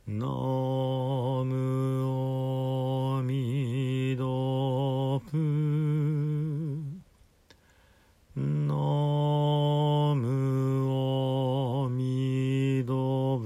ナムアミダプナムアミダプ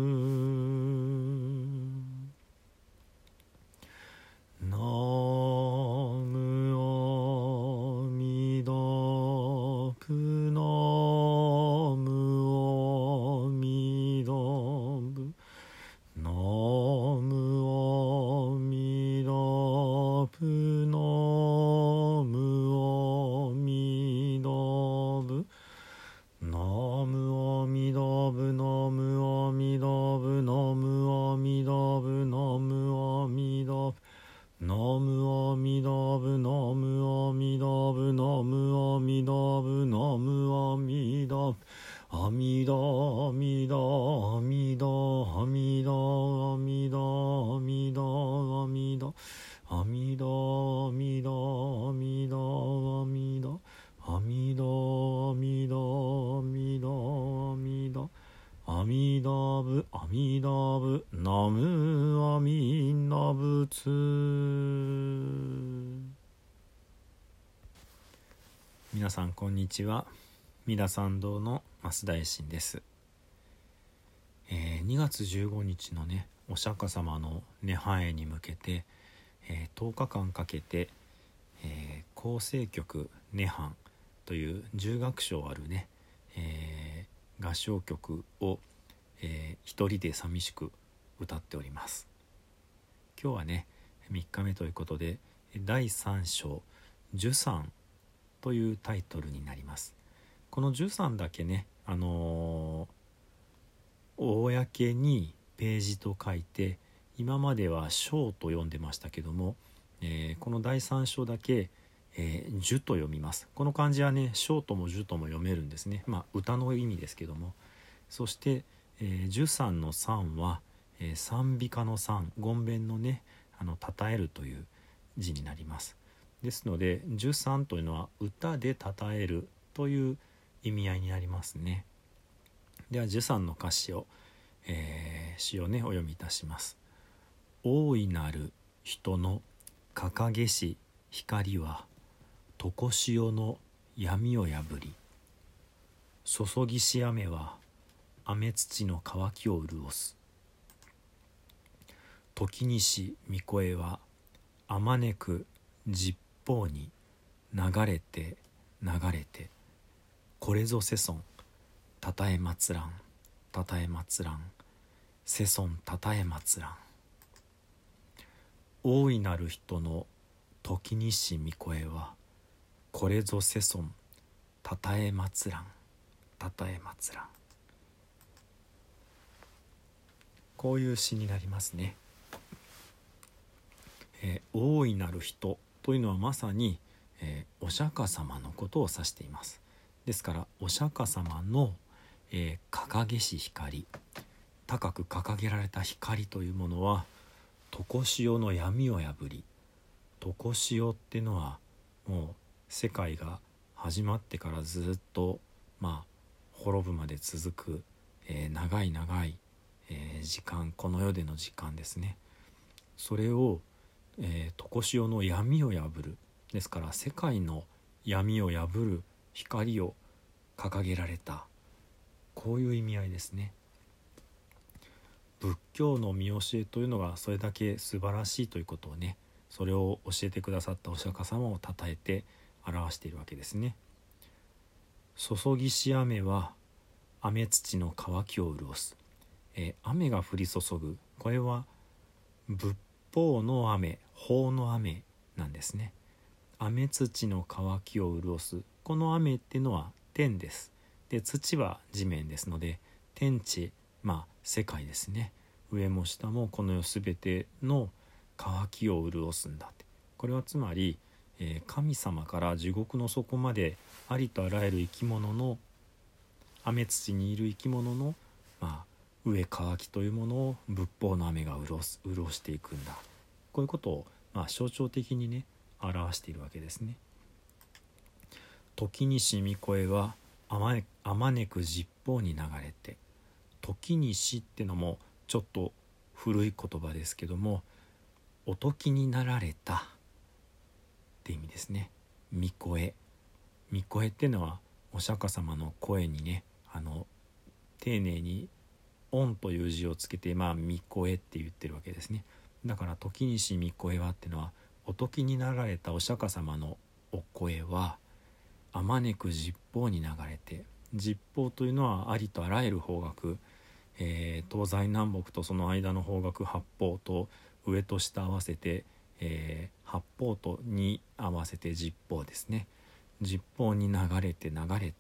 ナムアミダプナムアミダプナムアミダプナムアミダプナムアミダプナムアミダプナムアミダプナムアミダプナムアミダプナムアミダプナムアミダプナムアミダプ阿弥陀阿弥陀阿弥陀阿弥陀阿弥陀阿弥陀阿弥陀阿弥陀阿弥陀阿弥陀阿弥陀阿弥陀阿弥陀阿弥陀阿弥陀阿弥陀仏阿弥陀仏ナムアミダ仏。皆さんこんにちは。三田参道の増大臣です。2月15日のねお釈迦様の涅槃会に向けて、10日間かけて、構成曲涅槃という10楽章あるね、合唱曲を、一人で寂しく歌っております。今日はね3日目ということで第3章呪詛というタイトルになります。この13だけね、公にページと書いて今までは章と読んでましたけども、この第3章だけ、呪と読みます。この漢字はね章とも呪とも読めるんですね。歌の意味ですけども、そして、呪詛の賛は、賛美歌の賛、言弁のね称えるという字になります。ですので呪賛というのは歌で称えるという意味合いになりますね。では呪賛の歌詞を、詩をねお読みいたします。大いなる人の掲げし光は常しおの闇を破り、注ぎし雨は雨土の乾きを潤す。時にし御声はあまねく十方に流れて流れて、これぞ世尊たたえ祭らんたたえ祭らん世尊たたえ祭らん。大いなる人の時にし御声はこれぞ世尊たたえ祭らんたたえ祭らん。こういう詩になりますね。大いなる人というのはまさに、お釈迦様のことを指しています。ですからお釈迦様の、掲げし光、高く掲げられた光というものは常しおの闇を破り、常しおっていうのはもう世界が始まってからずっと滅ぶまで続く、長い長い、時間、この世での時間ですね。それを、常しおの闇を破る、ですから世界の闇を破る光を掲げられた、こういう意味合いですね。仏教の見教えというのがそれだけ素晴らしいということをね、それを教えてくださったお釈迦様をたたえて表しているわけですね。注ぎし雨は雨土の乾きを潤す。雨が降り注ぐ、これは仏法の雨、法の雨なんですね。雨土の乾きを潤す、この雨っていうのは天です。で土は地面ですので天地、世界ですね。上も下もこの世すべての乾きを潤すんだって。これはつまり、神様から地獄の底までありとあらゆる生き物の、雨土にいる生き物の、上乾きというものを仏法の雨が潤していくんだ。こういうことを、象徴的にね表しているわけですね。時にしみ声はあまねく十方に流れて、時にしってのもちょっと古い言葉ですけども、おときになられたって意味ですね。御声っていうのはお釈迦様の声にね、丁寧に音という字をつけて御声って言ってるわけですね。だから時西御声はっていうのは、おときになられたお釈迦様のお声はあまねく十方に流れて、十方というのはありとあらゆる方角、東西南北とその間の方角八方と上と下合わせて、八方とに合わせて十方ですね。十方に流れて、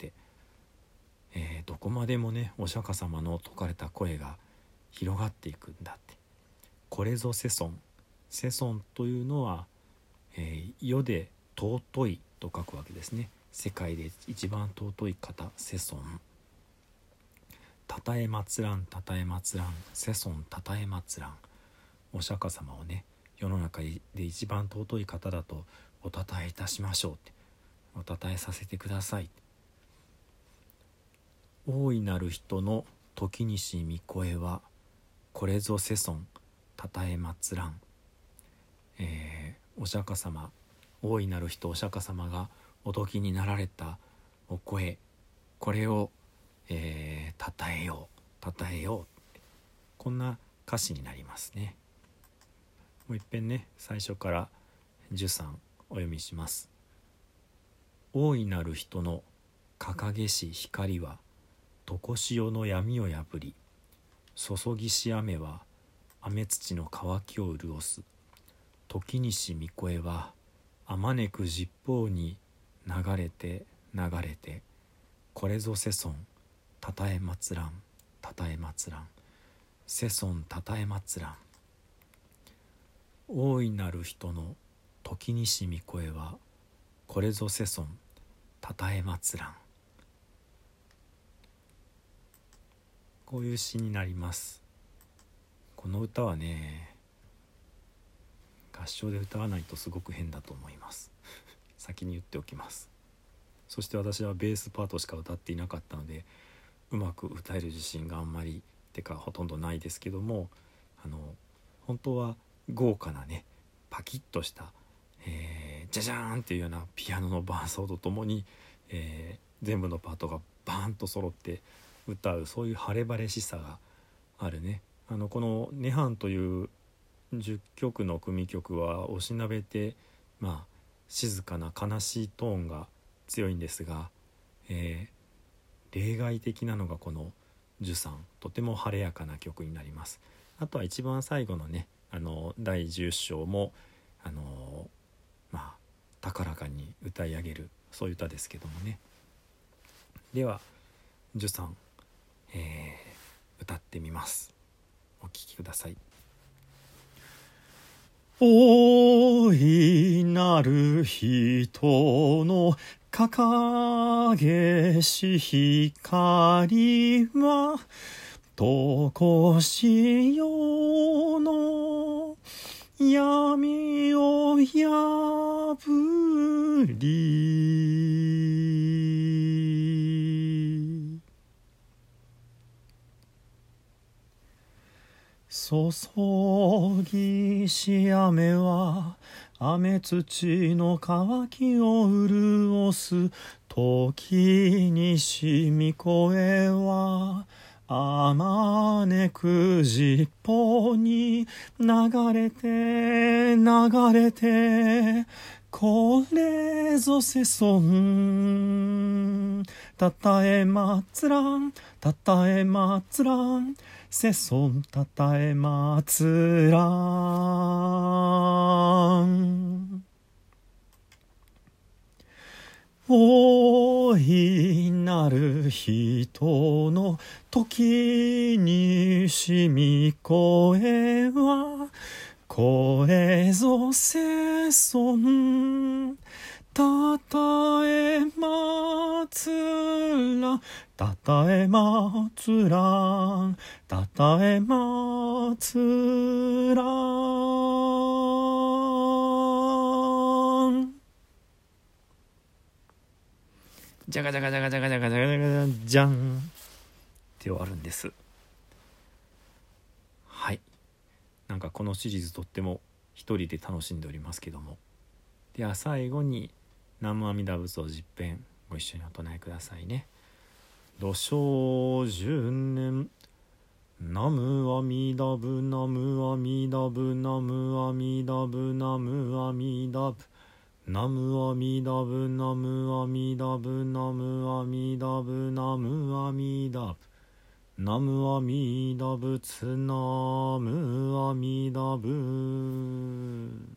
どこまでもねお釈迦様の説かれた声が広がっていくんだって。これぞ世尊というのは、世で尊いと書くわけですね。世界で一番尊い方、世尊。たたえ祭らん世尊たたえ祭らん。お釈迦様をね、世の中で一番尊い方だとおたたえいたしましょうって、おたたえさせてください。大いなる人の時西御声は、これぞ世尊たたえ祭らん。お釈迦様、大いなる人お釈迦様がおときになられたお声、これを、たたえよう、こんな歌詞になりますね。もう一遍ね、最初から十三お読みします。大いなる人の掲げし光は、とこしおの闇を破り、注ぎし雨は雨土の乾きを潤す。時西御声はあまねく十方に流れて、これぞ世尊たたえ祭らん、世尊たたえ祭らん。大いなる人の時西御声は、これぞ世尊たたえ祭らん。こういう詩になります。この歌はね、合唱で歌わないとすごく変だと思います先に言っておきます。そして私はベースパートしか歌っていなかったので、うまく歌える自信があんまりほとんどないですけども、本当は豪華なね、パキッとした、ジャジャーンっていうようなピアノの伴奏とともに、全部のパートがバーンと揃って歌う、そういう晴れ晴れしさがあるね。この涅槃という10曲の組曲はおしなべて、静かな悲しいトーンが強いんですが、例外的なのがこの十三、とても晴れやかな曲になります。あとは一番最後のね、第10章も高らかに歌い上げる、そういう歌ですけどもね。では十三、歌ってみます。お聴きください。大いなる人の掲げし光は、とこしよの闇を破り、注ぎし雨は雨土の乾きを潤す。時西御声はあまねく十方に流れて、これぞ世尊たたえ祭らん、世尊たたえ祭らん。大いなる人の時西御声は、これぞ世尊たたえ祭らん、たたえ祭らん。じゃがじゃがじゃがじゃがじゃがじゃがじゃがじゃんって終わるんです。はい、 なんかこのシリーズとっても一人で楽しんでおりますけども。では最後に南無阿弥陀仏を十遍ご一緒にお唱えくださいね。土生十年南無阿弥陀仏南無阿弥陀仏南無阿弥陀仏南無阿弥陀仏南無阿弥陀仏南無阿弥陀仏南無阿弥陀仏南無阿弥陀仏南無阿弥陀仏南無阿弥陀仏。